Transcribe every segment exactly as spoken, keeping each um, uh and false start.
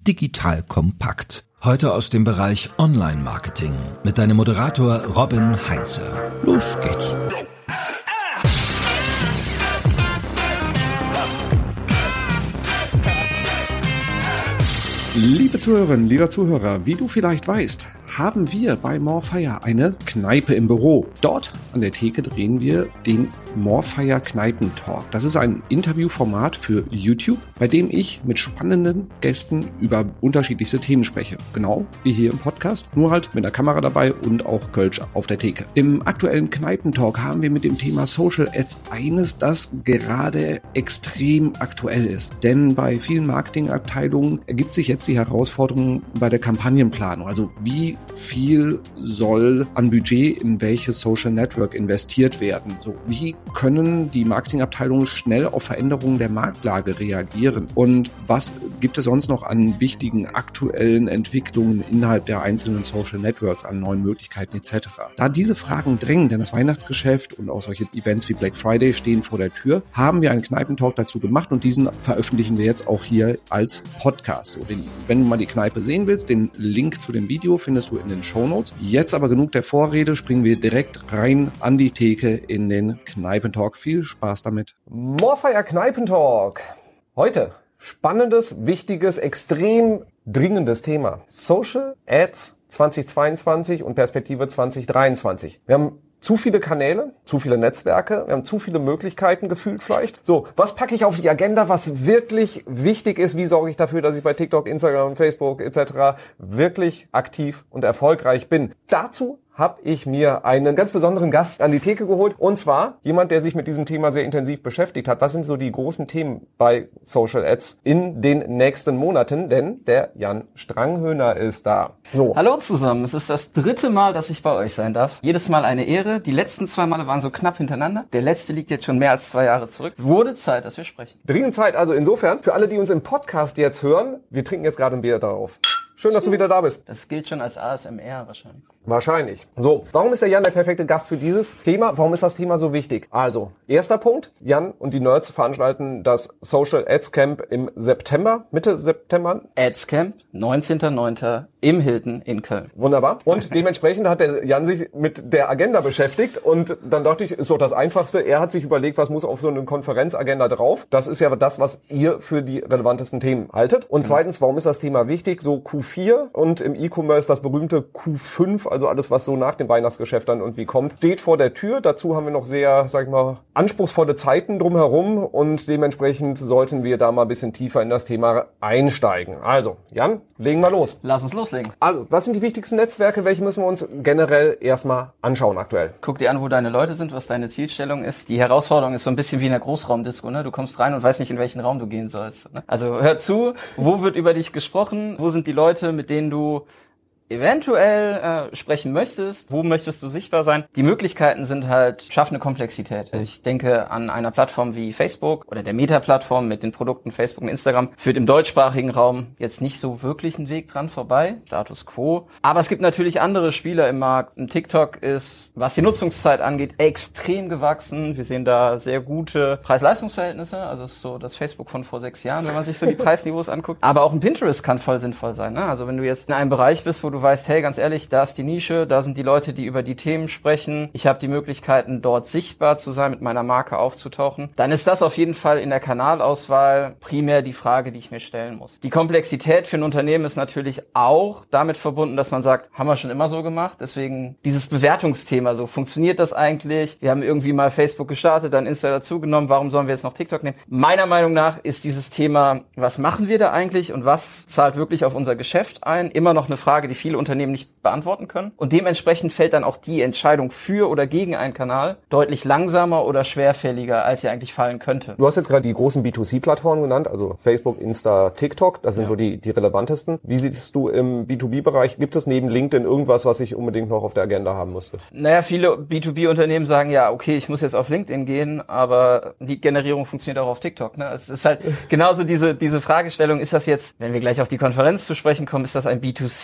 digital kompakt. Heute aus dem Bereich Online-Marketing mit deinem Moderator Robin Heinze. Los geht's! Liebe Zuhörerinnen, lieber Zuhörer, wie du vielleicht weißt, haben wir bei Morefire eine Kneipe im Büro. Dort an der Theke drehen wir den Morefire Kneipentalk. Das ist ein Interviewformat für YouTube, bei dem ich mit spannenden Gästen über unterschiedlichste Themen spreche. Genau wie hier im Podcast, nur halt mit der Kamera dabei und auch Kölsch auf der Theke. Im aktuellen Kneipentalk haben wir mit dem Thema Social Ads eines, das gerade extrem aktuell ist. Denn bei vielen Marketingabteilungen ergibt sich jetzt die Herausforderung bei der Kampagnenplanung. Also wie viel soll an Budget in welches Social Network investiert werden? So, wie können die Marketingabteilungen schnell auf Veränderungen der Marktlage reagieren? Und was gibt es sonst noch an wichtigen aktuellen Entwicklungen innerhalb der einzelnen Social Networks, an neuen Möglichkeiten et cetera? Da diese Fragen drängen, denn das Weihnachtsgeschäft und auch solche Events wie Black Friday stehen vor der Tür, haben wir einen Kneipentalk dazu gemacht und diesen veröffentlichen wir jetzt auch hier als Podcast. So, den, wenn du mal die Kneipe sehen willst, den Link zu dem Video findest du in den Shownotes. Jetzt aber genug der Vorrede, springen wir direkt rein an die Theke in den Kneipentalk. Viel Spaß damit. Morefire Kneipentalk. Heute spannendes, wichtiges, extrem dringendes Thema. Social Ads zweitausendzweiundzwanzig und Perspektive zweitausenddreiundzwanzig. Wir haben zu viele Kanäle, zu viele Netzwerke, wir haben zu viele Möglichkeiten gefühlt vielleicht. So, was packe ich auf die Agenda, was wirklich wichtig ist? Wie sorge ich dafür, dass ich bei TikTok, Instagram, Facebook et cetera wirklich aktiv und erfolgreich bin? Dazu habe ich mir einen ganz besonderen Gast an die Theke geholt. Und zwar jemand, der sich mit diesem Thema sehr intensiv beschäftigt hat. Was sind so die großen Themen bei Social Ads in den nächsten Monaten? Denn der Jan Stranghöhner ist da. So. Hallo zusammen. Es ist das dritte Mal, dass ich bei euch sein darf. Jedes Mal eine Ehre. Die letzten zwei Male waren so knapp hintereinander. Der letzte liegt jetzt schon mehr als zwei Jahre zurück. Wurde Zeit, dass wir sprechen. Dringend Zeit. Also insofern, für alle, die uns im Podcast jetzt hören, wir trinken jetzt gerade ein Bier darauf. Schön, dass du wieder da bist. Das gilt schon als A S M R wahrscheinlich. Wahrscheinlich. So, warum ist der Jan der perfekte Gast für dieses Thema? Warum ist das Thema so wichtig? Also, erster Punkt. Jan und die Nerds veranstalten das Social Ads Camp im September, Mitte September. Ads Camp, neunzehnter neunter im Hilton in Köln. Wunderbar. Und dementsprechend hat der Jan sich mit der Agenda beschäftigt und dann dachte ich, ist doch das Einfachste. Er hat sich überlegt, was muss auf so eine Konferenzagenda drauf? Das ist ja das, was ihr für die relevantesten Themen haltet. Und zweitens, warum ist das Thema wichtig? So Q vier und im E-Commerce das berühmte Q fünf, also alles, was so nach dem Weihnachtsgeschäft dann irgendwie kommt, steht vor der Tür. Dazu haben wir noch sehr, sag ich mal, anspruchsvolle Zeiten drumherum und dementsprechend sollten wir da mal ein bisschen tiefer in das Thema einsteigen. Also, Jan, legen wir los. Lass uns loslegen. Also, was sind die wichtigsten Netzwerke? Welche müssen wir uns generell erstmal anschauen aktuell? Guck dir an, wo deine Leute sind, was deine Zielstellung ist. Die Herausforderung ist so ein bisschen wie in einer Großraumdisco, ne? Du kommst rein und weißt nicht, in welchen Raum du gehen sollst. Ne? Also, hör zu, wo wird über dich gesprochen? Wo sind die Leute, mit denen du eventuell äh, sprechen möchtest, wo möchtest du sichtbar sein? Die Möglichkeiten sind halt, schaffen eine Komplexität. Ich denke an einer Plattform wie Facebook oder der Meta-Plattform mit den Produkten Facebook und Instagram führt im deutschsprachigen Raum jetzt nicht so wirklich einen Weg dran vorbei, Status Quo. Aber es gibt natürlich andere Spieler im Markt. Ein TikTok ist, was die Nutzungszeit angeht, extrem gewachsen. Wir sehen da sehr gute Preis-Leistungs-Verhältnisse. Also es ist so das Facebook von vor sechs Jahren, wenn man sich so die Preisniveaus anguckt. Aber auch ein Pinterest kann voll sinnvoll sein. Ne? Also wenn du jetzt in einem Bereich bist, wo du weißt, hey, ganz ehrlich, da ist die Nische, da sind die Leute, die über die Themen sprechen. Ich habe die Möglichkeiten, dort sichtbar zu sein, mit meiner Marke aufzutauchen. Dann ist das auf jeden Fall in der Kanalauswahl primär die Frage, die ich mir stellen muss. Die Komplexität für ein Unternehmen ist natürlich auch damit verbunden, dass man sagt, haben wir schon immer so gemacht. Deswegen dieses Bewertungsthema, so funktioniert das eigentlich? Wir haben irgendwie mal Facebook gestartet, dann Insta dazugenommen. Warum sollen wir jetzt noch TikTok nehmen? Meiner Meinung nach ist dieses Thema, was machen wir da eigentlich und was zahlt wirklich auf unser Geschäft ein, immer noch eine Frage, die viele Unternehmen nicht beantworten können. Und dementsprechend fällt dann auch die Entscheidung für oder gegen einen Kanal deutlich langsamer oder schwerfälliger, als sie eigentlich fallen könnte. Du hast jetzt gerade die großen B zwei C-Plattformen genannt, also Facebook, Insta, TikTok. Das sind ja so die, die relevantesten. Wie siehst du im B zwei B-Bereich? Gibt es neben LinkedIn irgendwas, was ich unbedingt noch auf der Agenda haben musste? Naja, viele B zwei B-Unternehmen sagen, ja, okay, ich muss jetzt auf LinkedIn gehen, aber Lead-Generierung funktioniert auch auf TikTok. Ne? Es ist halt genauso diese, diese Fragestellung, ist das jetzt, wenn wir gleich auf die Konferenz zu sprechen kommen, ist das ein B zwei C-Line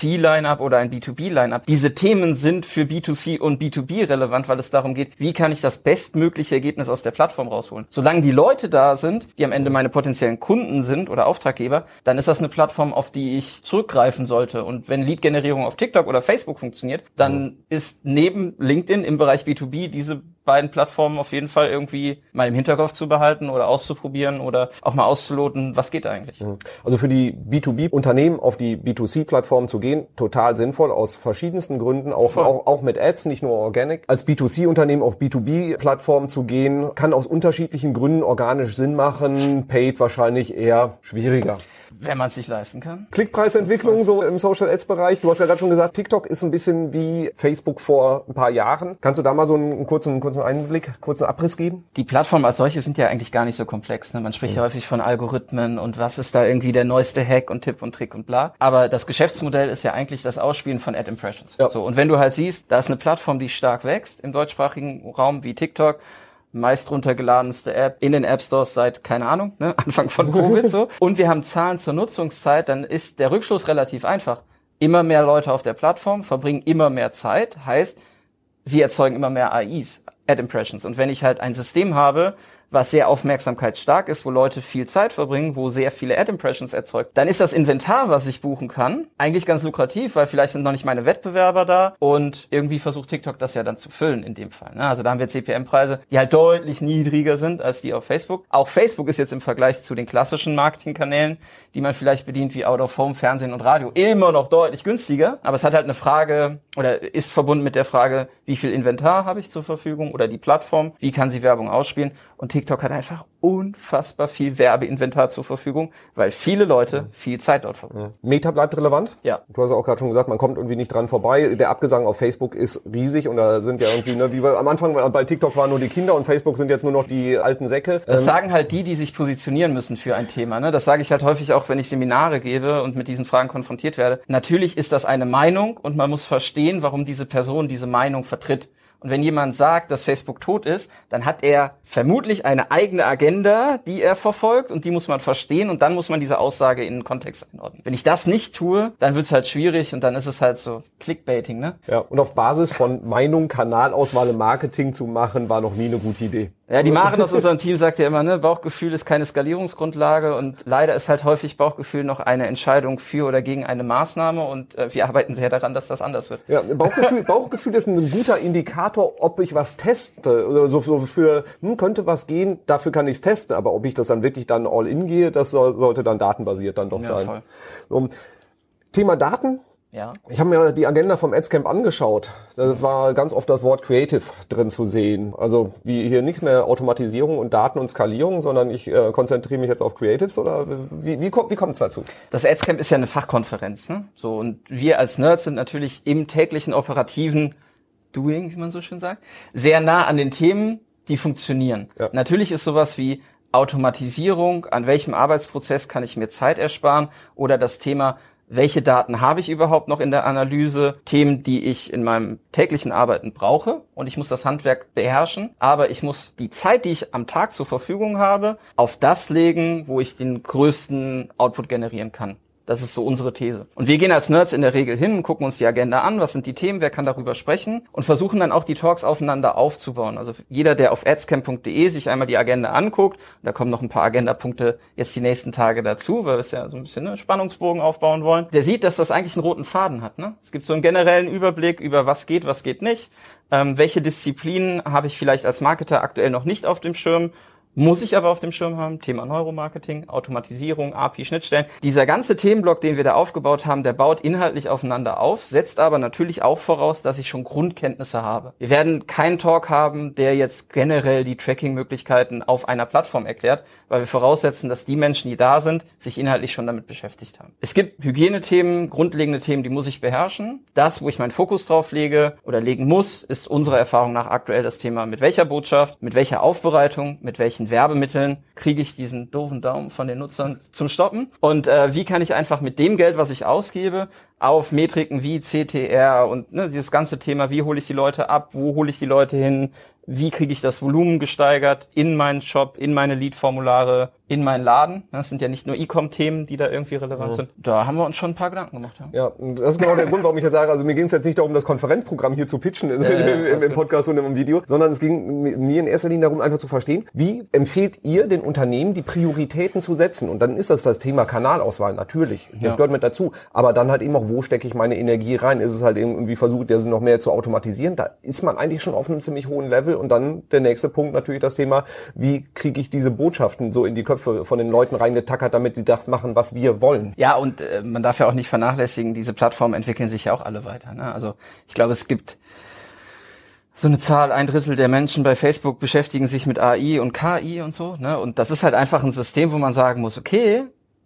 Line-Up oder ein B zwei B Line-Up. Diese Themen sind für B zwei C und B zwei B relevant, weil es darum geht, wie kann ich das bestmögliche Ergebnis aus der Plattform rausholen. Solange die Leute da sind, die am Ende meine potenziellen Kunden sind oder Auftraggeber, dann ist das eine Plattform, auf die ich zurückgreifen sollte. Und wenn Lead-Generierung auf TikTok oder Facebook funktioniert, dann ist neben LinkedIn im Bereich B zwei B diese beiden Plattformen auf jeden Fall irgendwie mal im Hinterkopf zu behalten oder auszuprobieren oder auch mal auszuloten, was geht eigentlich. Also für die B zwei B-Unternehmen auf die B zwei C-Plattform zu gehen, total sinnvoll, aus verschiedensten Gründen, auch, auch, auch mit Ads, nicht nur Organic. Als B zwei C-Unternehmen auf B zwei B-Plattform zu gehen, kann aus unterschiedlichen Gründen organisch Sinn machen, Paid wahrscheinlich eher schwieriger. Wenn man es sich leisten kann. Klickpreisentwicklung so im Social-Ads-Bereich. Du hast ja gerade schon gesagt, TikTok ist ein bisschen wie Facebook vor ein paar Jahren. Kannst du da mal so einen kurzen, kurzen Einblick, kurzen Abriss geben? Die Plattformen als solche sind ja eigentlich gar nicht so komplex. Ne? Man spricht ja häufig von Algorithmen und was ist da irgendwie der neueste Hack und Tipp und Trick und bla. Aber das Geschäftsmodell ist ja eigentlich das Ausspielen von Ad-Impressions. Ja. So, und wenn du halt siehst, da ist eine Plattform, die stark wächst im deutschsprachigen Raum wie TikTok, meist runtergeladenste App in den App Stores seit, keine Ahnung, ne, Anfang von Covid so. Und wir haben Zahlen zur Nutzungszeit, dann ist der Rückschluss relativ einfach. Immer mehr Leute auf der Plattform verbringen immer mehr Zeit, heißt, sie erzeugen immer mehr A Is, Ad Impressions. Und wenn ich halt ein System habe, was sehr aufmerksamkeitsstark ist, wo Leute viel Zeit verbringen, wo sehr viele Ad-Impressions erzeugt, dann ist das Inventar, was ich buchen kann, eigentlich ganz lukrativ, weil vielleicht sind noch nicht meine Wettbewerber da und irgendwie versucht TikTok das ja dann zu füllen in dem Fall. Also da haben wir C P M-Preise, die halt deutlich niedriger sind als die auf Facebook. Auch Facebook ist jetzt im Vergleich zu den klassischen Marketingkanälen, die man vielleicht bedient wie Out-of-Home, Fernsehen und Radio, immer noch deutlich günstiger. Aber es hat halt eine Frage oder ist verbunden mit der Frage, wie viel Inventar habe ich zur Verfügung oder die Plattform, wie kann sie Werbung ausspielen? Und TikTok hat einfach unfassbar viel Werbeinventar zur Verfügung, weil viele Leute viel Zeit dort verbringen. Meta bleibt relevant? Ja. Du hast ja auch gerade schon gesagt, man kommt irgendwie nicht dran vorbei. Der Abgesang auf Facebook ist riesig und da sind ja irgendwie, ne, wie wir am Anfang bei TikTok waren nur die Kinder und Facebook sind jetzt nur noch die alten Säcke. Das ähm, sagen halt die, die sich positionieren müssen für ein Thema. Ne? Das sage ich halt häufig auch, wenn ich Seminare gebe und mit diesen Fragen konfrontiert werde. Natürlich ist das eine Meinung und man muss verstehen, warum diese Person diese Meinung vertritt. Und wenn jemand sagt, dass Facebook tot ist, dann hat er vermutlich eine eigene Agenda, die er verfolgt und die muss man verstehen und dann muss man diese Aussage in den Kontext einordnen. Wenn ich das nicht tue, dann wird's halt schwierig und dann ist es halt so Clickbaiting, ne? Ja, und auf Basis von Meinung, Kanalauswahl im Marketing zu machen, war noch nie eine gute Idee. Ja, die Maren aus unserem Team sagt ja immer, ne, Bauchgefühl ist keine Skalierungsgrundlage und leider ist halt häufig Bauchgefühl noch eine Entscheidung für oder gegen eine Maßnahme und äh, wir arbeiten sehr daran, dass das anders wird. Ja, Bauchgefühl, Bauchgefühl ist ein guter Indikator, ob ich was teste oder so, so für, hm, könnte was gehen, dafür kann ich es testen, aber ob ich das dann wirklich dann all in gehe, das soll, sollte dann datenbasiert dann doch ja, sein. Voll. So, Thema Daten. Ja. Ich habe mir die Agenda vom Adscamp angeschaut. Da war ganz oft das Wort Creative drin zu sehen. Also wie hier nicht mehr Automatisierung und Daten und Skalierung, sondern ich äh, konzentriere mich jetzt auf Creatives oder wie wie kommt wie kommt's dazu? Das Adscamp ist ja eine Fachkonferenz, ne? So, und wir als Nerds sind natürlich im täglichen operativen Doing, wie man so schön sagt, sehr nah an den Themen, die funktionieren. Ja. Natürlich ist sowas wie Automatisierung, an welchem Arbeitsprozess kann ich mir Zeit ersparen oder das Thema, welche Daten habe ich überhaupt noch in der Analyse? Themen, die ich in meinem täglichen Arbeiten brauche. Und ich muss das Handwerk beherrschen. Aber ich muss die Zeit, die ich am Tag zur Verfügung habe, auf das legen, wo ich den größten Output generieren kann. Das ist so unsere These. Und wir gehen als Nerds in der Regel hin und gucken uns die Agenda an, was sind die Themen, wer kann darüber sprechen und versuchen dann auch die Talks aufeinander aufzubauen. Also jeder, der auf adscamp punkt de sich einmal die Agenda anguckt, da kommen noch ein paar Agendapunkte jetzt die nächsten Tage dazu, weil wir es ja so ein bisschen einen Spannungsbogen aufbauen wollen, der sieht, dass das eigentlich einen roten Faden hat. Ne? Es gibt so einen generellen Überblick über was geht, was geht nicht, ähm, welche Disziplinen habe ich vielleicht als Marketer aktuell noch nicht auf dem Schirm, muss ich aber auf dem Schirm haben, Thema Neuromarketing, Automatisierung, A P I-Schnittstellen. Dieser ganze Themenblock, den wir da aufgebaut haben, der baut inhaltlich aufeinander auf, setzt aber natürlich auch voraus, dass ich schon Grundkenntnisse habe. Wir werden keinen Talk haben, der jetzt generell die Tracking-Möglichkeiten auf einer Plattform erklärt, weil wir voraussetzen, dass die Menschen, die da sind, sich inhaltlich schon damit beschäftigt haben. Es gibt Hygienethemen, grundlegende Themen, die muss ich beherrschen. Das, wo ich meinen Fokus drauf lege oder legen muss, ist unserer Erfahrung nach aktuell das Thema, mit welcher Botschaft, mit welcher Aufbereitung, mit welchen Werbemitteln kriege ich diesen doofen Daumen von den Nutzern zum Stoppen und äh, wie kann ich einfach mit dem Geld, was ich ausgebe, auf Metriken wie C T R und ne, dieses ganze Thema, wie hole ich die Leute ab, wo hole ich die Leute hin, wie kriege ich das Volumen gesteigert in meinen Shop, in meine Lead-Formulare, in meinen Laden. Das sind ja nicht nur E-Com-Themen, die da irgendwie relevant mhm. sind. Da haben wir uns schon ein paar Gedanken gemacht. Ja, ja, und das ist genau der Grund, warum ich ja sage, also mir ging es jetzt nicht darum, das Konferenzprogramm hier zu pitchen äh, äh, im, im Podcast und im Video, sondern es ging mir in erster Linie darum, einfach zu verstehen, wie empfehlt ihr den Unternehmen, die Prioritäten zu setzen? Und dann ist das das Thema Kanalauswahl, natürlich. Das ja. gehört mit dazu. Aber dann halt eben auch, wo stecke ich meine Energie rein? Ist es halt irgendwie versucht, das noch mehr zu automatisieren? Da ist man eigentlich schon auf einem ziemlich hohen Level. Und dann der nächste Punkt natürlich das Thema, wie kriege ich diese Botschaften so in die Köpfe von den Leuten reingetackert, damit sie das machen, was wir wollen. Ja, und äh, man darf ja auch nicht vernachlässigen, diese Plattformen entwickeln sich ja auch alle weiter. Ne? Also ich glaube, es gibt so eine Zahl, ein Drittel der Menschen bei Facebook beschäftigen sich mit A I und K I und so. Ne? Und das ist halt einfach ein System, wo man sagen muss, okay,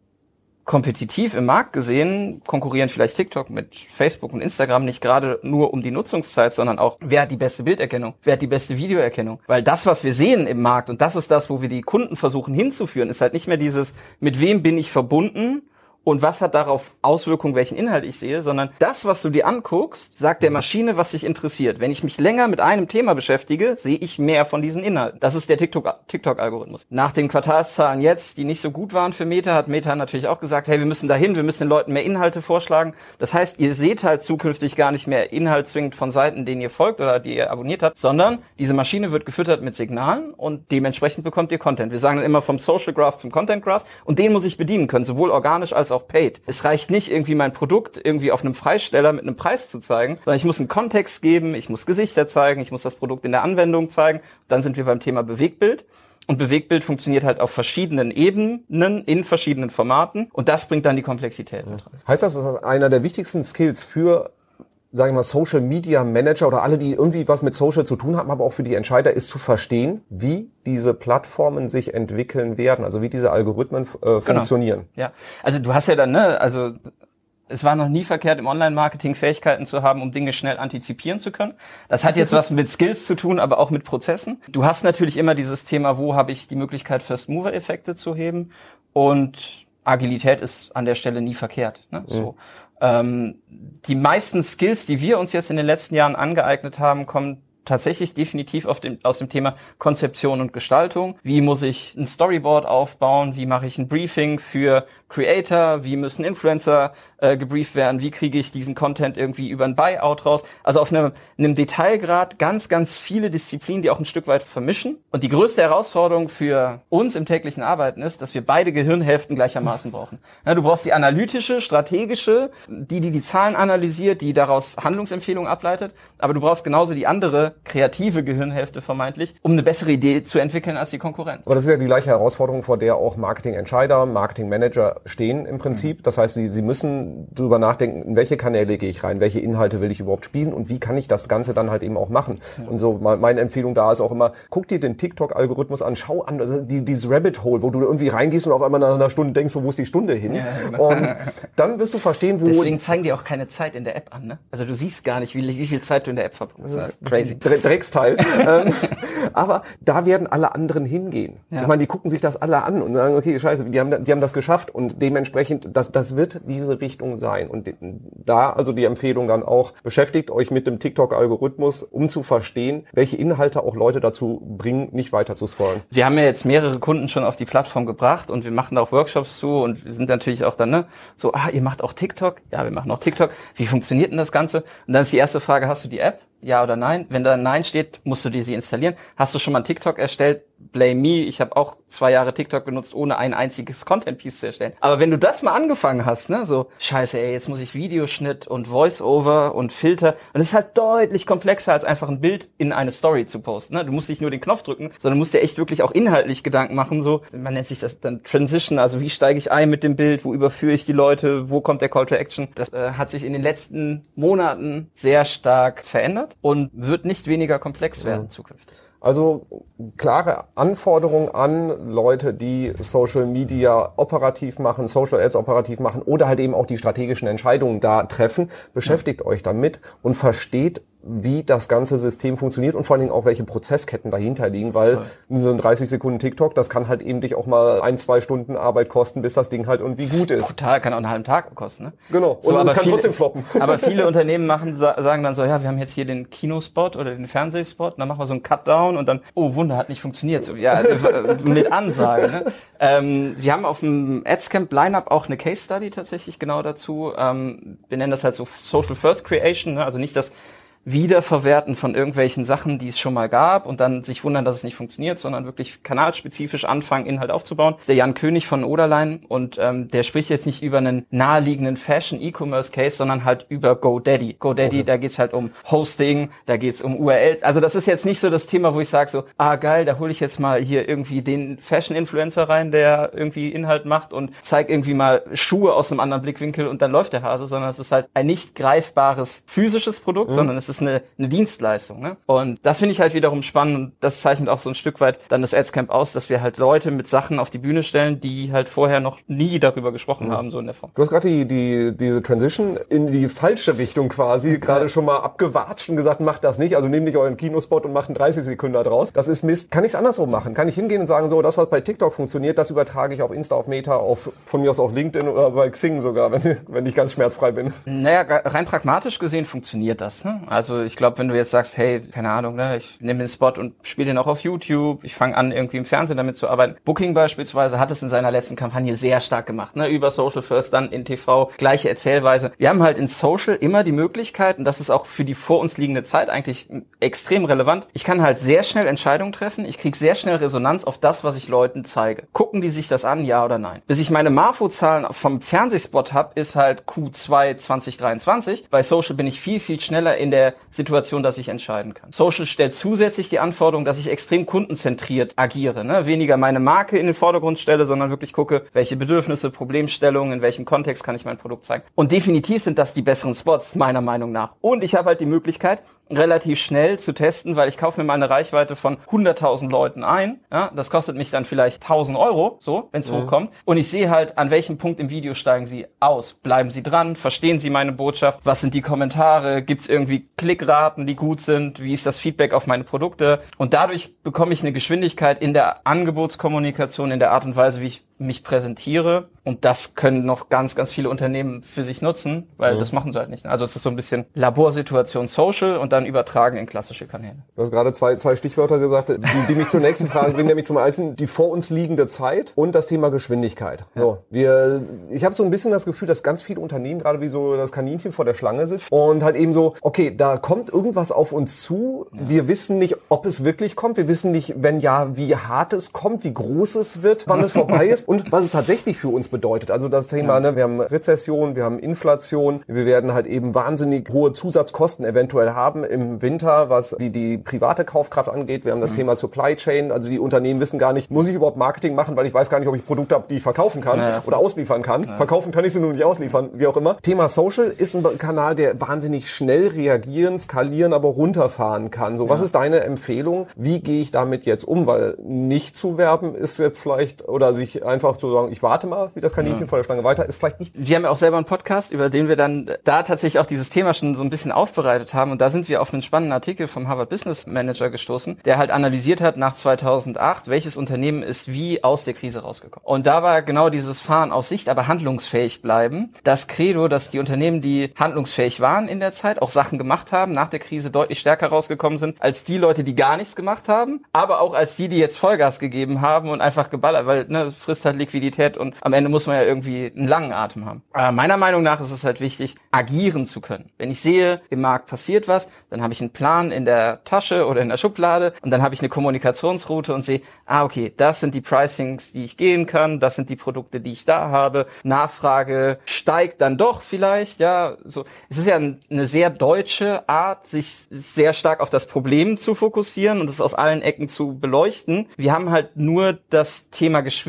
kompetitiv im Markt gesehen konkurrieren vielleicht TikTok mit Facebook und Instagram nicht gerade nur um die Nutzungszeit, sondern auch, wer hat die beste Bilderkennung, wer hat die beste Videoerkennung. Weil das, was wir sehen im Markt, und das ist das, wo wir die Kunden versuchen hinzuführen, ist halt nicht mehr dieses, mit wem bin ich verbunden und was hat darauf Auswirkungen, welchen Inhalt ich sehe, sondern das, was du dir anguckst, sagt der Maschine, was dich interessiert. Wenn ich mich länger mit einem Thema beschäftige, sehe ich mehr von diesen Inhalten. Das ist der TikTok, TikTok-Algorithmus. Nach den Quartalszahlen jetzt, die nicht so gut waren für Meta, hat Meta natürlich auch gesagt, hey, wir müssen dahin, wir müssen den Leuten mehr Inhalte vorschlagen. Das heißt, ihr seht halt zukünftig gar nicht mehr Inhalt zwingend von Seiten, denen ihr folgt oder die ihr abonniert habt, sondern diese Maschine wird gefüttert mit Signalen und dementsprechend bekommt ihr Content. Wir sagen dann immer vom Social Graph zum Content Graph und den muss ich bedienen können, sowohl organisch als auch auch paid. Es reicht nicht, irgendwie mein Produkt irgendwie auf einem Freisteller mit einem Preis zu zeigen, sondern ich muss einen Kontext geben, ich muss Gesichter zeigen, ich muss das Produkt in der Anwendung zeigen. Dann sind wir beim Thema Bewegtbild. Und Bewegtbild funktioniert halt auf verschiedenen Ebenen, in verschiedenen Formaten. Und das bringt dann die Komplexität mit rein. Heißt das, das ist einer der wichtigsten Skills für, sagen wir mal, Social Media Manager oder alle, die irgendwie was mit Social zu tun haben, aber auch für die Entscheider, ist zu verstehen, wie diese Plattformen sich entwickeln werden, also wie diese Algorithmen äh, funktionieren. Genau. Ja, also du hast ja dann, ne, also es war noch nie verkehrt, im Online-Marketing Fähigkeiten zu haben, um Dinge schnell antizipieren zu können. Das hat jetzt was mit Skills zu tun, aber auch mit Prozessen. Du hast natürlich immer dieses Thema, wo habe ich die Möglichkeit, First-Mover-Effekte zu heben, und Agilität ist an der Stelle nie verkehrt. Ne? Mhm. So. Ähm, die meisten Skills, die wir uns jetzt in den letzten Jahren angeeignet haben, kommen tatsächlich definitiv auf dem, aus dem Thema Konzeption und Gestaltung. Wie muss ich ein Storyboard aufbauen? Wie mache ich ein Briefing für Creator? Wie müssen Influencer äh, gebrieft werden? Wie kriege ich diesen Content irgendwie über ein Buyout raus? Also auf einem, einem Detailgrad ganz, ganz viele Disziplinen, die auch ein Stück weit vermischen. Und die größte Herausforderung für uns im täglichen Arbeiten ist, dass wir beide Gehirnhälften gleichermaßen brauchen. Ja, du brauchst die analytische, strategische, die, die die Zahlen analysiert, die daraus Handlungsempfehlungen ableitet. Aber du brauchst genauso die andere kreative Gehirnhälfte vermeintlich, um eine bessere Idee zu entwickeln als die Konkurrenz. Aber das ist ja die gleiche Herausforderung, vor der auch Marketingentscheider, Marketingmanager stehen im Prinzip. Mhm. Das heißt, sie, sie müssen darüber nachdenken, in welche Kanäle gehe ich rein, welche Inhalte will ich überhaupt spielen und wie kann ich das Ganze dann halt eben auch machen. Ja. Und so meine Empfehlung da ist auch immer, guck dir den TikTok-Algorithmus an, schau an, also die, dieses Rabbit Hole, wo du irgendwie reingehst und auf einmal nach einer Stunde denkst, so, wo ist die Stunde hin? Ja, genau. Und dann wirst du verstehen, wo... Deswegen zeigen die auch keine Zeit in der App an, ne? Also du siehst gar nicht, wie, wie viel Zeit du in der App verbrauchst. Das ist crazy. Drecksteil. ähm, aber da werden alle anderen hingehen. Ja. Ich meine, die gucken sich das alle an und sagen, okay, scheiße, die haben, die haben das geschafft, und dementsprechend, das, das wird diese Richtung sein. Und da also die Empfehlung dann auch, beschäftigt euch mit dem TikTok-Algorithmus, um zu verstehen, welche Inhalte auch Leute dazu bringen, nicht weiter zu scrollen. Wir haben ja jetzt mehrere Kunden schon auf die Plattform gebracht und wir machen da auch Workshops zu, und wir sind natürlich auch dann, ne, so, ah, ihr macht auch TikTok? Ja, wir machen auch TikTok. Wie funktioniert denn das Ganze? Und dann ist die erste Frage, hast du die App? Ja oder nein? Wenn da Nein steht, musst du dir sie installieren. Hast du schon mal ein TikTok erstellt? Blame me. Ich habe auch zwei Jahre TikTok genutzt, ohne ein einziges Content-Piece zu erstellen. Aber wenn du das mal angefangen hast, ne, so, scheiße, ey, jetzt muss ich Videoschnitt und Voice-Over und Filter. Und das ist halt deutlich komplexer, als einfach ein Bild in eine Story zu posten. Ne? Du musst nicht nur den Knopf drücken, sondern musst dir echt wirklich auch inhaltlich Gedanken machen. So, man nennt sich das dann Transition. Also wie steige ich ein mit dem Bild? Wo überführe ich die Leute? Wo kommt der Call to Action? Das äh, hat sich in den letzten Monaten sehr stark verändert und wird nicht weniger komplex werden ja. zukünftig. Also klare Anforderungen an Leute, die Social Media operativ machen, Social Ads operativ machen oder halt eben auch die strategischen Entscheidungen da treffen. Beschäftigt ja. euch damit und versteht, wie das ganze System funktioniert und vor allen Dingen auch welche Prozessketten dahinter liegen, weil Voll. so ein dreißig Sekunden TikTok, das kann halt eben dich auch mal ein, zwei Stunden Arbeit kosten, bis das Ding halt irgendwie gut ist. Total, kann auch einen halben Tag kosten, ne? Genau, so, und es kann viele, trotzdem floppen. Aber viele Unternehmen machen, sagen dann so, ja, wir haben jetzt hier den Kinospot oder den Fernsehspot, und dann machen wir so einen Cutdown und dann, oh Wunder, hat nicht funktioniert. So, ja, mit Ansage, ne? Ähm, wir haben auf dem Adscamp Lineup auch eine Case Study tatsächlich genau dazu. Ähm, wir nennen das halt so Social First Creation, ne? Also nicht das Wiederverwerten von irgendwelchen Sachen, die es schon mal gab und dann sich wundern, dass es nicht funktioniert, sondern wirklich kanalspezifisch anfangen, Inhalt aufzubauen. Das ist der Jan König von Oderlein und ähm, der spricht jetzt nicht über einen naheliegenden Fashion-E-Commerce-Case, sondern halt über GoDaddy. GoDaddy, okay. Da geht's halt um Hosting, da geht's um U R Ls. Also das ist jetzt nicht so das Thema, wo ich sage so, ah geil, da hole ich jetzt mal hier irgendwie den Fashion-Influencer rein, der irgendwie Inhalt macht und zeigt irgendwie mal Schuhe aus einem anderen Blickwinkel und dann läuft der Hase, sondern es ist halt ein nicht greifbares physisches Produkt, mhm. sondern es ist eine, eine Dienstleistung, ne? Und das finde ich halt wiederum spannend und das zeichnet auch so ein Stück weit dann das Adscamp aus, dass wir halt Leute mit Sachen auf die Bühne stellen, die halt vorher noch nie darüber gesprochen mhm. haben, so in der Form. Du hast gerade die, die, diese Transition in die falsche Richtung quasi gerade schon mal abgewatscht und gesagt, macht das nicht, also nehmt nicht euren Kinospot und macht einen dreißig Sekunden draus. Das ist Mist. Kann ich es andersrum machen? Kann ich hingehen und sagen, so, das, was bei TikTok funktioniert, das übertrage ich auf Insta, auf Meta, auf von mir aus auch LinkedIn oder bei Xing sogar, wenn, wenn ich ganz schmerzfrei bin? Naja, rein pragmatisch gesehen funktioniert das, ne? Also ich glaube, wenn du jetzt sagst, hey, keine Ahnung, ne, ich nehme den Spot und spiele den auch auf YouTube, ich fange an, irgendwie im Fernsehen damit zu arbeiten. Booking beispielsweise hat es in seiner letzten Kampagne sehr stark gemacht, ne, über Social First, dann in T V, gleiche Erzählweise. Wir haben halt in Social immer die Möglichkeit, und das ist auch für die vor uns liegende Zeit eigentlich extrem relevant, ich kann halt sehr schnell Entscheidungen treffen, ich kriege sehr schnell Resonanz auf das, was ich Leuten zeige. Gucken die sich das an, ja oder nein? Bis ich meine Marfo-Zahlen vom Fernsehspot habe, ist halt Q zwei zwanzig dreiundzwanzig. Bei Social bin ich viel, viel schneller in der Situation, dass ich entscheiden kann. Social stellt zusätzlich die Anforderung, dass ich extrem kundenzentriert agiere, ne? Weniger meine Marke in den Vordergrund stelle, sondern wirklich gucke, welche Bedürfnisse, Problemstellungen, in welchem Kontext kann ich mein Produkt zeigen. Und definitiv sind das die besseren Spots, meiner Meinung nach. Und ich habe halt die Möglichkeit, relativ schnell zu testen, weil ich kaufe mir mal eine Reichweite von hunderttausend Leuten ein. Ja, das kostet mich dann vielleicht tausend Euro, so, wenn es mhm. hochkommt. Und ich sehe halt, an welchem Punkt im Video steigen sie aus. Bleiben sie dran? Verstehen sie meine Botschaft? Was sind die Kommentare? Gibt es irgendwie Klickraten, die gut sind? Wie ist das Feedback auf meine Produkte? Und dadurch bekomme ich eine Geschwindigkeit in der Angebotskommunikation, in der Art und Weise, wie ich mich präsentiere. Und das können noch ganz, ganz viele Unternehmen für sich nutzen, weil mhm. das machen sie halt nicht. Also es ist so ein bisschen Laborsituation Social und dann übertragen in klassische Kanäle. Du hast gerade zwei, zwei Stichwörter gesagt, die, die mich zur nächsten Frage bringen, nämlich zum einen die vor uns liegende Zeit und das Thema Geschwindigkeit. Ja. So, wir, ich habe so ein bisschen das Gefühl, dass ganz viele Unternehmen gerade wie so das Kaninchen vor der Schlange sitzt und halt eben so, okay, da kommt irgendwas auf uns zu. Ja. Wir wissen nicht, ob es wirklich kommt. Wir wissen nicht, wenn ja, wie hart es kommt, wie groß es wird, wann es vorbei ist. Und was es tatsächlich für uns bedeutet. Also das Thema, ja. ne, wir haben Rezession, wir haben Inflation, wir werden halt eben wahnsinnig hohe Zusatzkosten eventuell haben im Winter, was wie die private Kaufkraft angeht. Wir haben das mhm. Thema Supply Chain, also die Unternehmen wissen gar nicht, muss ich überhaupt Marketing machen, weil ich weiß gar nicht, ob ich Produkte habe, die ich verkaufen kann ja. oder ausliefern kann. Ja. Verkaufen kann ich sie nur nicht ausliefern, wie auch immer. Thema Social ist ein Kanal, der wahnsinnig schnell reagieren, skalieren, aber runterfahren kann. So, ja. was ist deine Empfehlung? Wie gehe ich damit jetzt um? Weil nicht zu werben ist jetzt vielleicht, oder sich einfach zu sagen, ich warte mal, wie das Kaninchen ja. vor der Schlange weiter, ist vielleicht nicht... Wir haben ja auch selber einen Podcast, über den wir dann da tatsächlich auch dieses Thema schon so ein bisschen aufbereitet haben und da sind wir auf einen spannenden Artikel vom Harvard Business Manager gestoßen, der halt analysiert hat nach zweitausendacht, welches Unternehmen ist wie aus der Krise rausgekommen. Und da war genau dieses Fahren aus Sicht, aber handlungsfähig bleiben, das Credo, dass die Unternehmen, die handlungsfähig waren in der Zeit, auch Sachen gemacht haben, nach der Krise deutlich stärker rausgekommen sind, als die Leute, die gar nichts gemacht haben, aber auch als die, die jetzt Vollgas gegeben haben und einfach geballert, weil ne, es frisst halt Liquidität und am Ende muss man ja irgendwie einen langen Atem haben. Aber meiner Meinung nach ist es halt wichtig, agieren zu können. Wenn ich sehe, im Markt passiert was, dann habe ich einen Plan in der Tasche oder in der Schublade und dann habe ich eine Kommunikationsroute und sehe, ah okay, das sind die Pricings, die ich gehen kann, das sind die Produkte, die ich da habe. Nachfrage steigt dann doch vielleicht, ja, so. Es ist ja eine sehr deutsche Art, sich sehr stark auf das Problem zu fokussieren und es aus allen Ecken zu beleuchten. Wir haben halt nur das Thema Geschwindigkeit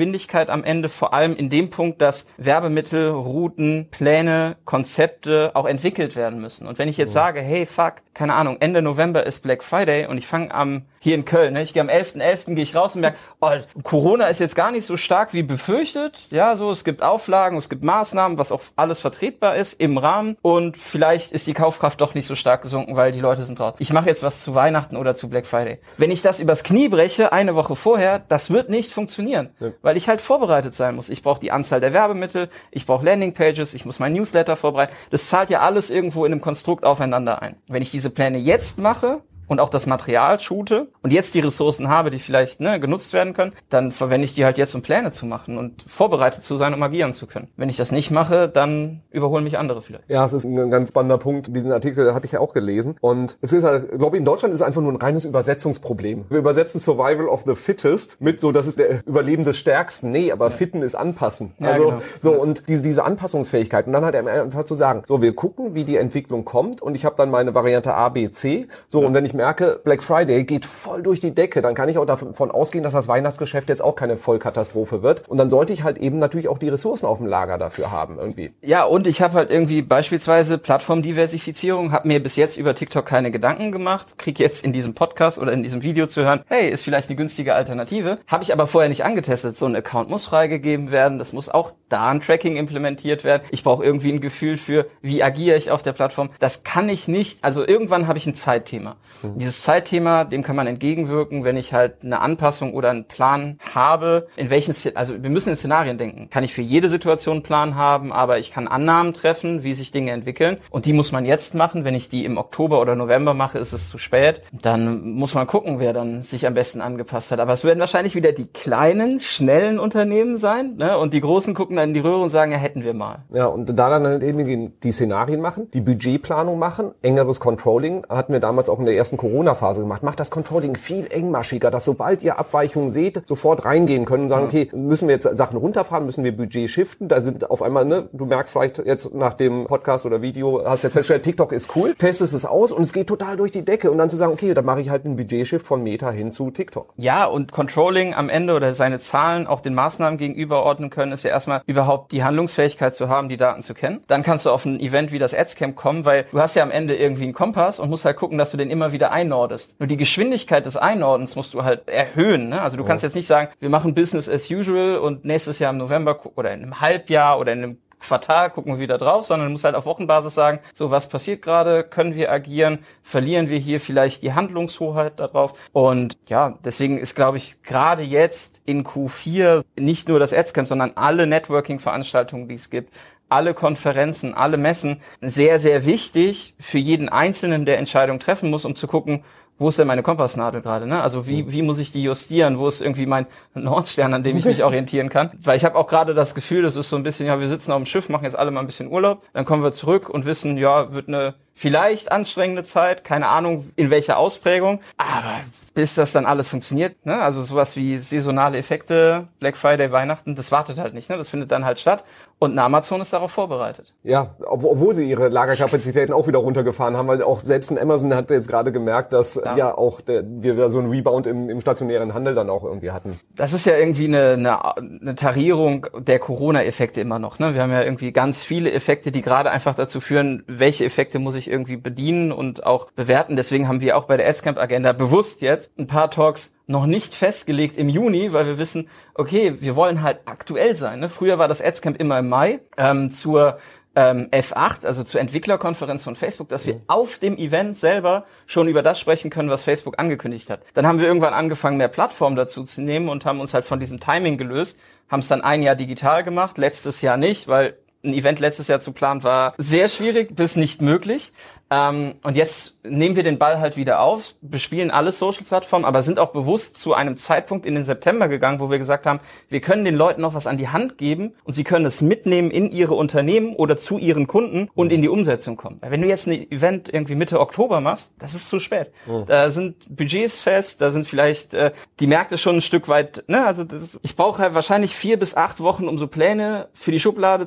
halt am Ende vor allem in dem Punkt, dass Werbemittel, Routen, Pläne, Konzepte auch entwickelt werden müssen. Und wenn ich jetzt oh. sage, hey, fuck, keine Ahnung, Ende November ist Black Friday und ich fange am, hier in Köln, ne, ich gehe am elften elften gehe ich raus und merke, oh, Corona ist jetzt gar nicht so stark wie befürchtet. Ja, so, es gibt Auflagen, es gibt Maßnahmen, was auch alles vertretbar ist im Rahmen und vielleicht ist die Kaufkraft doch nicht so stark gesunken, weil die Leute sind draußen. Ich mache jetzt was zu Weihnachten oder zu Black Friday. Wenn ich das übers Knie breche, eine Woche vorher, das wird nicht funktionieren, ja. weil ich halt vorbereitet sein muss. Ich brauche die Anzahl der Werbemittel, ich brauche Landingpages, ich muss mein Newsletter vorbereiten. Das zahlt ja alles irgendwo in einem Konstrukt aufeinander ein. Wenn ich diese Pläne jetzt mache und auch das Material shoote und jetzt die Ressourcen habe, die vielleicht ne, genutzt werden können, dann verwende ich die halt jetzt, um Pläne zu machen und vorbereitet zu sein, um agieren zu können. Wenn ich das nicht mache, dann überholen mich andere vielleicht. Ja, es ist ein ganz spannender Punkt. Diesen Artikel hatte ich ja auch gelesen. Und es ist halt, glaube ich, in Deutschland ist es einfach nur ein reines Übersetzungsproblem. Wir übersetzen Survival of the Fittest mit so, das ist der Überleben des Stärksten. Nee, aber ja. Fitten ist anpassen. Ja, also genau. so und diese, diese Anpassungsfähigkeit. Und dann halt einfach zu sagen, so, wir gucken, wie die Entwicklung kommt und ich habe dann meine Variante A, B, C. So, ja. und wenn ich merke, Black Friday geht voll durch die Decke, dann kann ich auch davon ausgehen, dass das Weihnachtsgeschäft jetzt auch keine Vollkatastrophe wird. Und dann sollte ich halt eben natürlich auch die Ressourcen auf dem Lager dafür haben irgendwie. Ja, und ich habe halt irgendwie beispielsweise Plattformdiversifizierung, habe mir bis jetzt über TikTok keine Gedanken gemacht, krieg jetzt in diesem Podcast oder in diesem Video zu hören, hey, ist vielleicht eine günstige Alternative. Habe ich aber vorher nicht angetestet. So ein Account muss freigegeben werden, das muss auch da ein Tracking implementiert werden. Ich brauche irgendwie ein Gefühl für, wie agiere ich auf der Plattform. Das kann ich nicht, also irgendwann habe ich ein Zeitthema. Mhm. Dieses Zeitthema, dem kann man entgegenwirken, wenn ich halt eine Anpassung oder einen Plan habe, in welchen, also wir müssen in Szenarien denken. Kann ich für jede Situation einen Plan haben, aber ich kann Annahmen treffen, wie sich Dinge entwickeln und die muss man jetzt machen. Wenn ich die im Oktober oder November mache, ist es zu spät. Dann muss man gucken, wer dann sich am besten angepasst hat. Aber es werden wahrscheinlich wieder die kleinen, schnellen Unternehmen sein, ne? Und die Großen gucken dann in die Röhre und sagen, ja, hätten wir mal. Ja, und da dann halt eben die Szenarien machen, die Budgetplanung machen, engeres Controlling, hatten wir damals auch in der ersten Corona-Phase gemacht. Macht das Controlling viel engmaschiger, dass sobald ihr Abweichungen seht, sofort reingehen können und sagen, okay, müssen wir jetzt Sachen runterfahren, müssen wir Budget shiften, da sind auf einmal, ne, du merkst vielleicht jetzt nach dem Podcast oder Video, hast jetzt festgestellt, TikTok ist cool, testest es aus und es geht total durch die Decke und dann zu sagen, okay, dann mache ich halt einen Budget-Shift von Meta hin zu TikTok. Ja, und Controlling am Ende oder seine Zahlen auch den Maßnahmen gegenüberordnen können, ist ja erstmal überhaupt die Handlungsfähigkeit zu haben, die Daten zu kennen. Dann kannst du auf ein Event wie das Adscamp kommen, weil du hast ja am Ende irgendwie einen Kompass und musst halt gucken, dass du den immer wieder einordest. Nur die Geschwindigkeit des Einordens musst du halt erhöhen, ne? Also du kannst jetzt nicht sagen, wir machen Business as usual und nächstes Jahr im November oder in einem Halbjahr oder in einem Quartal gucken wir wieder drauf, sondern du musst halt auf Wochenbasis sagen, so, was passiert gerade, können wir agieren, verlieren wir hier vielleicht die Handlungshoheit darauf und ja, deswegen ist, glaube ich, gerade jetzt in Q vier nicht nur das Adscamp, sondern alle Networking-Veranstaltungen, die es gibt, alle Konferenzen, alle Messen, sehr, sehr wichtig für jeden Einzelnen, der Entscheidungen treffen muss, um zu gucken, wo ist denn meine Kompassnadel gerade, ne? Also wie wie muss ich die justieren? Wo ist irgendwie mein Nordstern, an dem ich mich orientieren kann? Weil ich habe auch gerade das Gefühl, das ist so ein bisschen, ja, wir sitzen auf dem Schiff, machen jetzt alle mal ein bisschen Urlaub, dann kommen wir zurück und wissen, ja, wird eine vielleicht anstrengende Zeit, keine Ahnung in welcher Ausprägung, aber bis das dann alles funktioniert, ne? Also sowas wie saisonale Effekte, Black Friday, Weihnachten, das wartet halt nicht, ne? Das findet dann halt statt und eine Amazon ist darauf vorbereitet. Ja, obwohl sie ihre Lagerkapazitäten auch wieder runtergefahren haben, weil auch selbst ein Amazon hat jetzt gerade gemerkt, dass ja, ja auch der, wir da so einen Rebound im, im stationären Handel dann auch irgendwie hatten. Das ist ja irgendwie eine, eine, eine Tarierung der Corona-Effekte immer noch, ne? Wir haben ja irgendwie ganz viele Effekte, die gerade einfach dazu führen, welche Effekte muss ich irgendwie bedienen und auch bewerten. Deswegen haben wir auch bei der Adscamp-Agenda bewusst jetzt ein paar Talks noch nicht festgelegt im Juni, weil wir wissen, okay, wir wollen halt aktuell sein. Ne? Früher war das Adscamp immer im Mai ähm, zur ähm, F acht, also zur Entwicklerkonferenz von Facebook, dass wir mhm. auf dem Event selber schon über das sprechen können, was Facebook angekündigt hat. Dann haben wir irgendwann angefangen, mehr Plattformen dazu zu nehmen und haben uns halt von diesem Timing gelöst, haben es dann ein Jahr digital gemacht, letztes Jahr nicht, weil ein Event letztes Jahr zu planen war sehr schwierig bis nicht möglich. Ähm, und jetzt nehmen wir den Ball halt wieder auf, bespielen alle Social-Plattformen, aber sind auch bewusst zu einem Zeitpunkt in den September gegangen, wo wir gesagt haben, wir können den Leuten noch was an die Hand geben und sie können es mitnehmen in ihre Unternehmen oder zu ihren Kunden und in die Umsetzung kommen. Weil wenn du jetzt ein Event irgendwie Mitte Oktober machst, das ist zu spät. Mhm. Da sind Budgets fest, da sind vielleicht äh, die Märkte schon ein Stück weit, ne, also das ist, ich brauche halt wahrscheinlich vier bis acht Wochen, um so Pläne für die Schublade zu machen,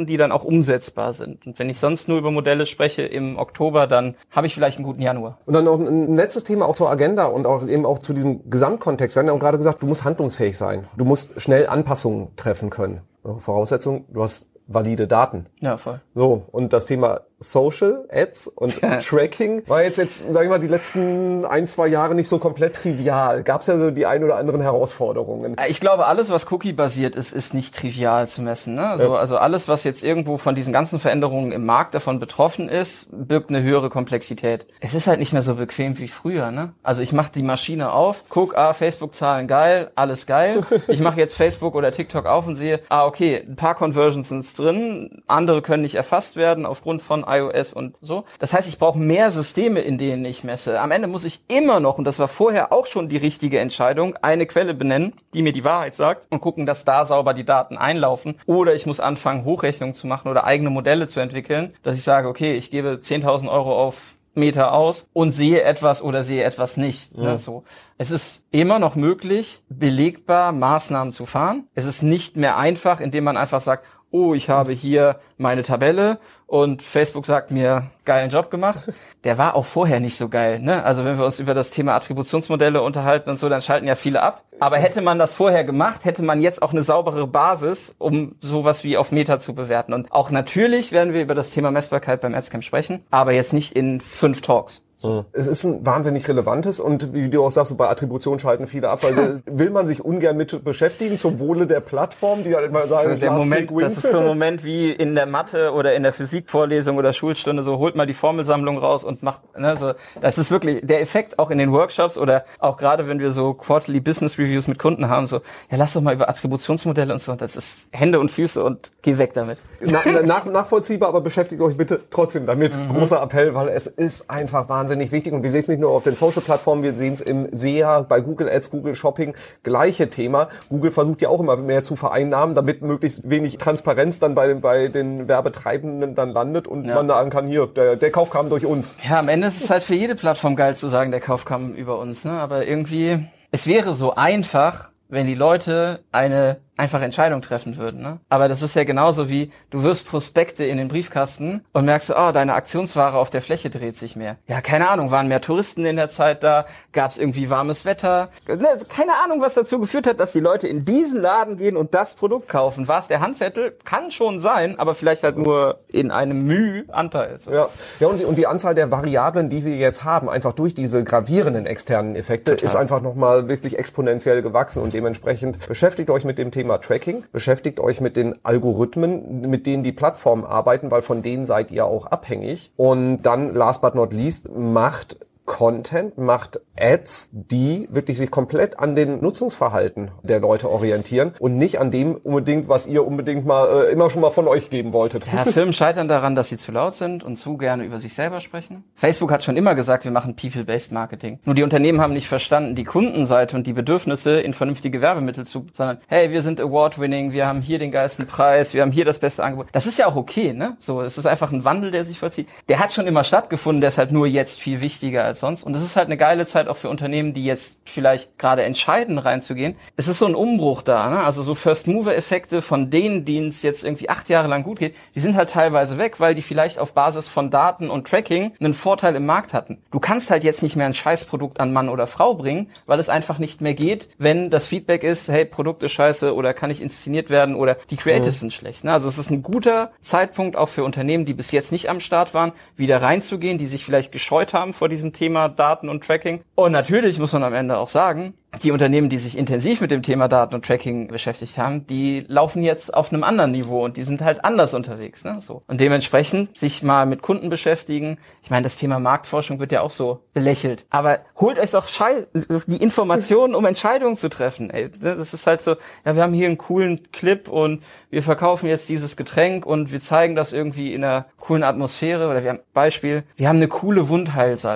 Sachen, die dann auch umsetzbar sind. Und wenn ich sonst nur über Modelle spreche im Oktober, dann habe ich vielleicht einen guten Januar. Und dann noch ein letztes Thema auch zur Agenda und auch eben auch zu diesem Gesamtkontext. Wir haben ja auch gerade gesagt, du musst handlungsfähig sein. Du musst schnell Anpassungen treffen können. Voraussetzung, du hast valide Daten. Ja, voll. So, und das Thema Social Ads und Tracking war jetzt, jetzt, sag ich mal, die letzten ein, zwei Jahre nicht so komplett trivial. Gab es ja so die ein oder anderen Herausforderungen. Ich glaube, alles, was Cookie-basiert ist, ist nicht trivial zu messen. Ne? Also, ja. also alles, was jetzt irgendwo von diesen ganzen Veränderungen im Markt davon betroffen ist, birgt eine höhere Komplexität. Es ist halt nicht mehr so bequem wie früher. Ne? Also ich mache die Maschine auf, guck, ah, Facebook-Zahlen geil, alles geil. Ich mache jetzt Facebook oder TikTok auf und sehe, ah, okay, ein paar Conversions sind drin, andere können nicht erfasst werden aufgrund von iOS und so. Das heißt, ich brauche mehr Systeme, in denen ich messe. Am Ende muss ich immer noch, und das war vorher auch schon die richtige Entscheidung, eine Quelle benennen, die mir die Wahrheit sagt und gucken, dass da sauber die Daten einlaufen. Oder ich muss anfangen, Hochrechnungen zu machen oder eigene Modelle zu entwickeln, dass ich sage, okay, ich gebe zehntausend Euro auf Meter aus und sehe etwas oder sehe etwas nicht. Ja. Ne, so. Es ist immer noch möglich, belegbar Maßnahmen zu fahren. Es ist nicht mehr einfach, indem man einfach sagt, oh, ich habe hier meine Tabelle und Facebook sagt mir, geilen Job gemacht. Der war auch vorher nicht so geil, ne? Also wenn wir uns über das Thema Attributionsmodelle unterhalten und so, dann schalten ja viele ab. Aber hätte man das vorher gemacht, hätte man jetzt auch eine saubere Basis, um sowas wie auf Meta zu bewerten. Und auch natürlich werden wir über das Thema Messbarkeit beim Adscamp sprechen, aber jetzt nicht in fünf Talks. So. Es ist ein wahnsinnig relevantes und wie du auch sagst, so bei Attribution schalten viele ab, weil will man sich ungern mit beschäftigen zum Wohle der Plattform, die halt immer sagen, so der Moment, das ist so ein Moment wie in der Mathe oder in der Physikvorlesung oder Schulstunde, so holt mal die Formelsammlung raus und macht, ne, so, das ist wirklich der Effekt auch in den Workshops oder auch gerade wenn wir so Quarterly Business Reviews mit Kunden haben, so, ja, lass doch mal über Attributionsmodelle und so, das ist Hände und Füße und geh weg damit. Na, nach, nachvollziehbar, aber beschäftigt euch bitte trotzdem damit. Mhm. Großer Appell, weil es ist einfach wahnsinnig wahnsinnig wichtig und wir sehen es nicht nur auf den Social-Plattformen, wir sehen es im S E A, bei Google Ads, Google Shopping, gleiche Thema. Google versucht ja auch immer mehr zu vereinnahmen, damit möglichst wenig Transparenz dann bei, bei den Werbetreibenden dann landet und ja. man sagen kann, hier, der, der Kauf kam durch uns. Ja, am Ende ist es halt für jede Plattform geil zu sagen, der Kauf kam über uns, ne? Aber irgendwie, es wäre so einfach, wenn die Leute eine einfache Entscheidung treffen würden, ne? Aber das ist ja genauso wie, du wirfst Prospekte in den Briefkasten und merkst so, oh, deine Aktionsware auf der Fläche dreht sich mehr. Ja, keine Ahnung, waren mehr Touristen in der Zeit da? Gab es irgendwie warmes Wetter? Keine Ahnung, was dazu geführt hat, dass die Leute in diesen Laden gehen und das Produkt kaufen. War es der Handzettel? Kann schon sein, aber vielleicht halt nur in einem Müh Anteil. So. Ja, ja und, die, und die Anzahl der Variablen, die wir jetzt haben, einfach durch diese gravierenden externen Effekte, Total. ist einfach nochmal wirklich exponentiell gewachsen und dementsprechend beschäftigt euch mit dem Thema Tracking, beschäftigt euch mit den Algorithmen, mit denen die Plattformen arbeiten, weil von denen seid ihr auch abhängig. Und dann, last but not least, macht Content, macht Ads, die wirklich sich komplett an den Nutzungsverhalten der Leute orientieren und nicht an dem unbedingt, was ihr unbedingt mal äh, immer schon mal von euch geben wolltet. Ja, Firmen scheitern daran, dass sie zu laut sind und zu gerne über sich selber sprechen. Facebook hat schon immer gesagt, wir machen People-Based Marketing. Nur die Unternehmen haben nicht verstanden, die Kundenseite und die Bedürfnisse in vernünftige Werbemittel zu, sondern hey, wir sind Award-winning, wir haben hier den geilsten Preis, wir haben hier das beste Angebot. Das ist ja auch okay, ne? So, es ist einfach ein Wandel, der sich vollzieht. Der hat schon immer stattgefunden, der ist halt nur jetzt viel wichtiger als sonst. Und das ist halt eine geile Zeit auch für Unternehmen, die jetzt vielleicht gerade entscheiden, reinzugehen. Es ist so ein Umbruch da, ne? Also so First-Mover-Effekte von denen, denen es jetzt irgendwie acht Jahre lang gut geht, die sind halt teilweise weg, weil die vielleicht auf Basis von Daten und Tracking einen Vorteil im Markt hatten. Du kannst halt jetzt nicht mehr ein Scheißprodukt an Mann oder Frau bringen, weil es einfach nicht mehr geht, wenn das Feedback ist, hey, Produkt ist scheiße oder kann nicht inszeniert werden oder die Creatives mhm. sind schlecht. Ne? Also es ist ein guter Zeitpunkt auch für Unternehmen, die bis jetzt nicht am Start waren, wieder reinzugehen, die sich vielleicht gescheut haben vor diesem Thema Daten und Tracking. Und natürlich muss man am Ende auch sagen, die Unternehmen, die sich intensiv mit dem Thema Daten und Tracking beschäftigt haben, die laufen jetzt auf einem anderen Niveau und die sind halt anders unterwegs, ne? So. Und dementsprechend sich mal mit Kunden beschäftigen. Ich meine, das Thema Marktforschung wird ja auch so belächelt. Aber holt euch doch Schei- die Informationen, um Entscheidungen zu treffen. Ey, das ist halt so, ja, wir haben hier einen coolen Clip und wir verkaufen jetzt dieses Getränk und wir zeigen das irgendwie in einer coolen Atmosphäre. Oder wir haben Beispiel, wir haben eine coole Wundheilsalbe.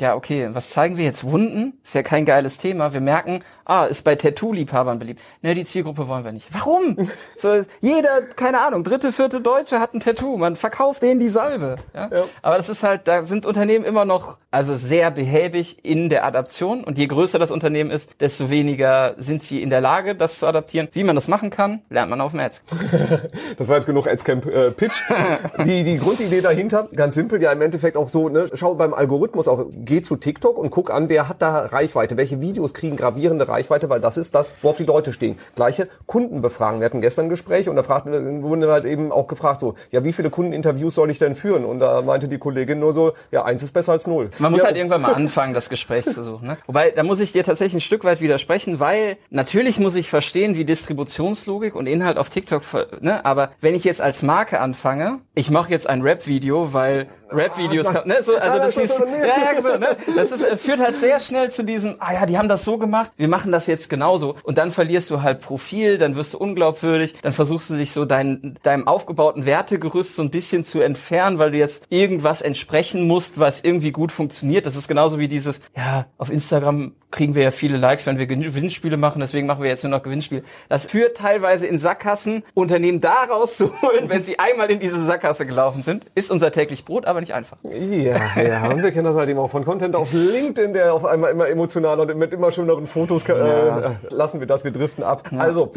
ja, okay, was zeigen wir jetzt? Wunden? Ist ja kein geiles Thema. Wir merken, ah, ist bei Tattoo-Liebhabern beliebt. Ne, die Zielgruppe wollen wir nicht. Warum? So, jeder, keine Ahnung, dritte, vierte Deutsche hat ein Tattoo. Man verkauft denen die Salbe. Ja? Ja. Aber das ist halt, da sind Unternehmen immer noch, also sehr behäbig in der Adaption. Und je größer das Unternehmen ist, desto weniger sind sie in der Lage, das zu adaptieren. Wie man das machen kann, lernt man auf dem Ads. Das war jetzt genug Adscamp-Pitch. Äh, die, die Grundidee dahinter, ganz simpel, ja im Endeffekt auch so, ne, schau beim Algorithmus auch, geh zu TikTok und guck an, wer hat da Reichweite, welche Videos kriegen gravierende Reichweite, weil das ist das, worauf die Leute stehen. Gleiche Kunden befragen. Wir hatten gestern ein Gespräch und da fragten, wurden halt eben auch gefragt so, ja, wie viele Kundeninterviews soll ich denn führen? Und da meinte die Kollegin nur so, ja, eins ist besser als null. Man muss ja. halt irgendwann mal anfangen, das Gespräch zu suchen. Ne? Wobei, da muss ich dir tatsächlich ein Stück weit widersprechen, weil natürlich muss ich verstehen, wie Distributionslogik und Inhalt auf TikTok, ne? Aber wenn ich jetzt als Marke anfange, ich mache jetzt ein Rap-Video, weil Rap-Videos, ah, ne, so, also das ist, ja, ja, so, ne, das ist, führt halt sehr schnell zu diesem, ah ja, die haben das so gemacht, wir machen das jetzt genauso. Und dann verlierst du halt Profil, dann wirst du unglaubwürdig, dann versuchst du dich so dein, deinem aufgebauten Wertegerüst so ein bisschen zu entfernen, weil du jetzt irgendwas entsprechen musst, was irgendwie gut funktioniert. Das ist genauso wie dieses, ja, auf Instagram kriegen wir ja viele Likes, wenn wir Gewinnspiele machen, deswegen machen wir jetzt nur noch Gewinnspiele. Das führt teilweise in Sackgassen, Unternehmen da rauszuholen, wenn sie einmal in diese Sackgasse gelaufen sind, ist unser täglich Brot, aber nicht einfach. Ja, ja, und wir kennen das halt eben auch von Content auf LinkedIn, der auf einmal immer emotionaler und mit immer schöneren Fotos, äh, ja. lassen wir das, wir driften ab. Ja. Also.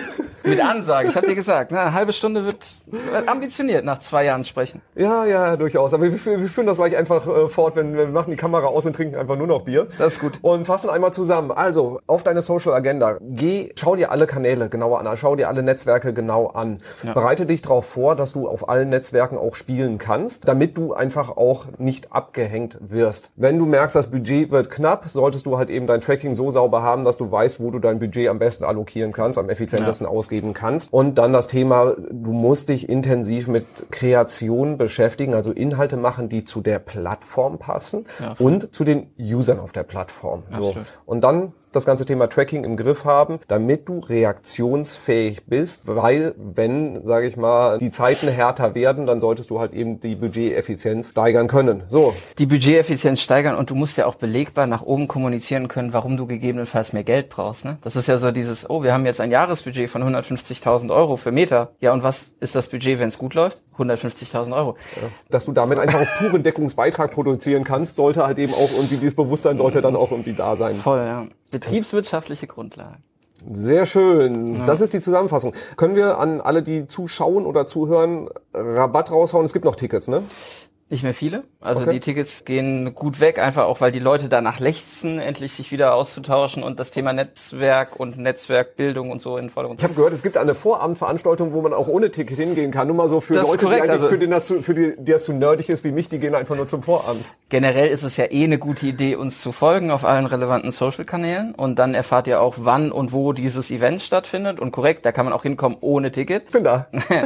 Mit Ansage, ich hab dir gesagt, ne, eine halbe Stunde wird ambitioniert nach zwei Jahren sprechen. Ja, ja, durchaus. Aber wir, wir führen das gleich einfach äh, fort, wenn wir machen die Kamera aus und trinken einfach nur noch Bier. Das ist gut. Und fassen einmal zusammen. Also, auf deine Social Agenda. Geh, schau dir alle Kanäle genauer an, schau dir alle Netzwerke genau an. Ja. Bereite dich darauf vor, dass du auf allen Netzwerken auch spielen kannst, damit du einfach auch nicht abgehängt wirst. Wenn du merkst, das Budget wird knapp, solltest du halt eben dein Tracking so sauber haben, dass du weißt, wo du dein Budget am besten allokieren kannst, am effizientesten ja. ausgeben kannst. Und dann das Thema, du musst dich intensiv mit Kreation beschäftigen, also Inhalte machen, die zu der Plattform passen ja, und zu den Usern auf der Plattform. So. Und dann das ganze Thema Tracking im Griff haben, damit du reaktionsfähig bist, weil wenn, sage ich mal, die Zeiten härter werden, dann solltest du halt eben die Budgeteffizienz steigern können. So. Die Budgeteffizienz steigern und du musst ja auch belegbar nach oben kommunizieren können, warum du gegebenenfalls mehr Geld brauchst. Ne? Das ist ja so dieses, oh, wir haben jetzt ein Jahresbudget von hundertfünfzigtausend Euro für Meta. Ja, und was ist das Budget, wenn es gut läuft? hundertfünfzigtausend Euro. Ja. Dass du damit einfach auch puren Deckungsbeitrag produzieren kannst, sollte halt eben auch irgendwie dieses Bewusstsein sollte dann auch irgendwie da sein. Voll, ja. Betriebswirtschaftliche Grundlage. Sehr schön. Ja. Das ist die Zusammenfassung. Können wir an alle, die zuschauen oder zuhören, Rabatt raushauen? Es gibt noch Tickets, ne? Nicht mehr viele. Also okay. Die Tickets gehen gut weg, einfach auch, weil die Leute danach lechzen, endlich sich wieder auszutauschen und das Thema Netzwerk und Netzwerkbildung und so in den Vordergrund. Ich habe gehört, es gibt eine Vorabendveranstaltung, wo man auch ohne Ticket hingehen kann. Nur mal so für das Leute, korrekt, die eigentlich also für, den das, für die, die das zu nerdig ist wie mich, die gehen einfach nur zum Vorabend. Generell ist es ja eh eine gute Idee, uns zu folgen auf allen relevanten Social-Kanälen und dann erfahrt ihr auch, wann und wo dieses Event stattfindet und korrekt, da kann man auch hinkommen ohne Ticket. Ich bin da.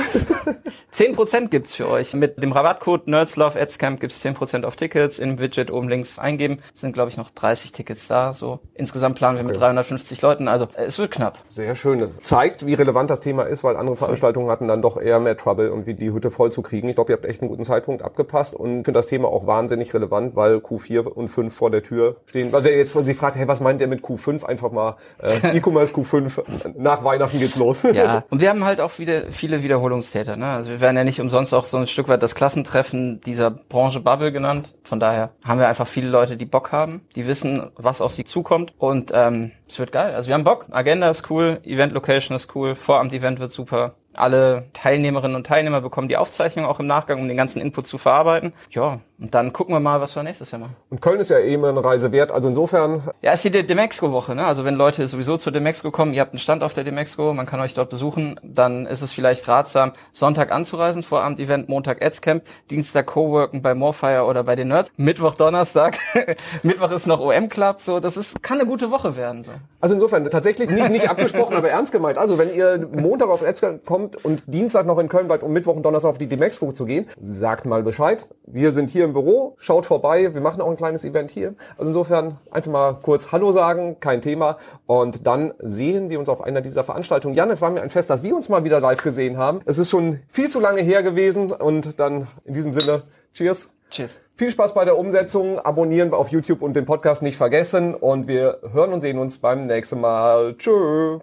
zehn Prozent gibt's für euch. Mit dem Rabattcode Nerdslove Adscamp gibt's zehn Prozent auf Tickets. Im Widget oben links eingeben. Es sind, glaube ich, noch dreißig Tickets da. So insgesamt planen wir okay. mit dreihundertfünfzig Leuten. Also es wird knapp. Sehr schön. Zeigt, wie relevant das Thema ist, weil andere Veranstaltungen hatten dann doch eher mehr Trouble, irgendwie die Hütte voll zu kriegen. Ich glaube, ihr habt echt einen guten Zeitpunkt abgepasst und finde das Thema auch wahnsinnig relevant, weil Q vier und fünf vor der Tür stehen. Weil wer jetzt von sich fragt, hey, was meint der mit Q fünf? Einfach mal äh, E-Commerce Q fünf. Nach Weihnachten geht's los. Ja, und wir haben halt auch wieder viele Wiederholungstäter. Ne? Also wir werden ja nicht umsonst auch so ein Stück weit das Klassentreffen dieser Branche Bubble genannt. Von daher haben wir einfach viele Leute, die Bock haben, die wissen, was auf sie zukommt und ähm, es wird geil. Also wir haben Bock. Agenda ist cool, Event-Location ist cool, Vorabend-Event wird super. Alle Teilnehmerinnen und Teilnehmer bekommen die Aufzeichnung auch im Nachgang, um den ganzen Input zu verarbeiten. Ja, und dann gucken wir mal, was wir nächstes Jahr machen. Und Köln ist ja eh immer eine Reise wert, also insofern... Ja, es ist die Demexco-Woche, ne? Also wenn Leute sowieso zur Demexco kommen, ihr habt einen Stand auf der Demexco, man kann euch dort besuchen, dann ist es vielleicht ratsam, Sonntag anzureisen, Vorabend-Event, Montag Adscamp, Dienstag Coworken bei Morfire oder bei den Nerds, Mittwoch, Donnerstag, Mittwoch ist noch O M-Club, so, das ist kann eine gute Woche werden. So. Also insofern, tatsächlich nicht, nicht abgesprochen, aber ernst gemeint. Also wenn ihr Montag auf Adscamp kommt und Dienstag noch in Köln bleibt, um Mittwoch und Donnerstag auf die Demexco zu gehen, sagt mal Bescheid. Wir sind hier im Büro, schaut vorbei, wir machen auch ein kleines Event hier. Also insofern einfach mal kurz Hallo sagen, kein Thema. Und dann sehen wir uns auf einer dieser Veranstaltungen. Jan, es war mir ein Fest, dass wir uns mal wieder live gesehen haben. Es ist schon viel zu lange her gewesen und dann in diesem Sinne, cheers. Tschüss. Viel Spaß bei der Umsetzung. Abonnieren auf YouTube und den Podcast nicht vergessen. Und wir hören und sehen uns beim nächsten Mal. Tschö.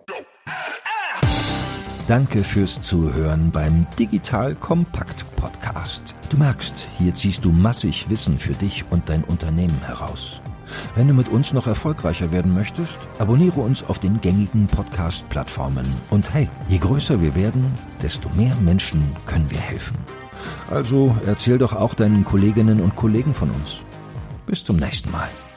Danke fürs Zuhören beim Digital Kompakt Podcast. Du merkst, hier ziehst du massig Wissen für dich und dein Unternehmen heraus. Wenn du mit uns noch erfolgreicher werden möchtest, abonniere uns auf den gängigen Podcast-Plattformen. Und hey, je größer wir werden, desto mehr Menschen können wir helfen. Also erzähl doch auch deinen Kolleginnen und Kollegen von uns. Bis zum nächsten Mal.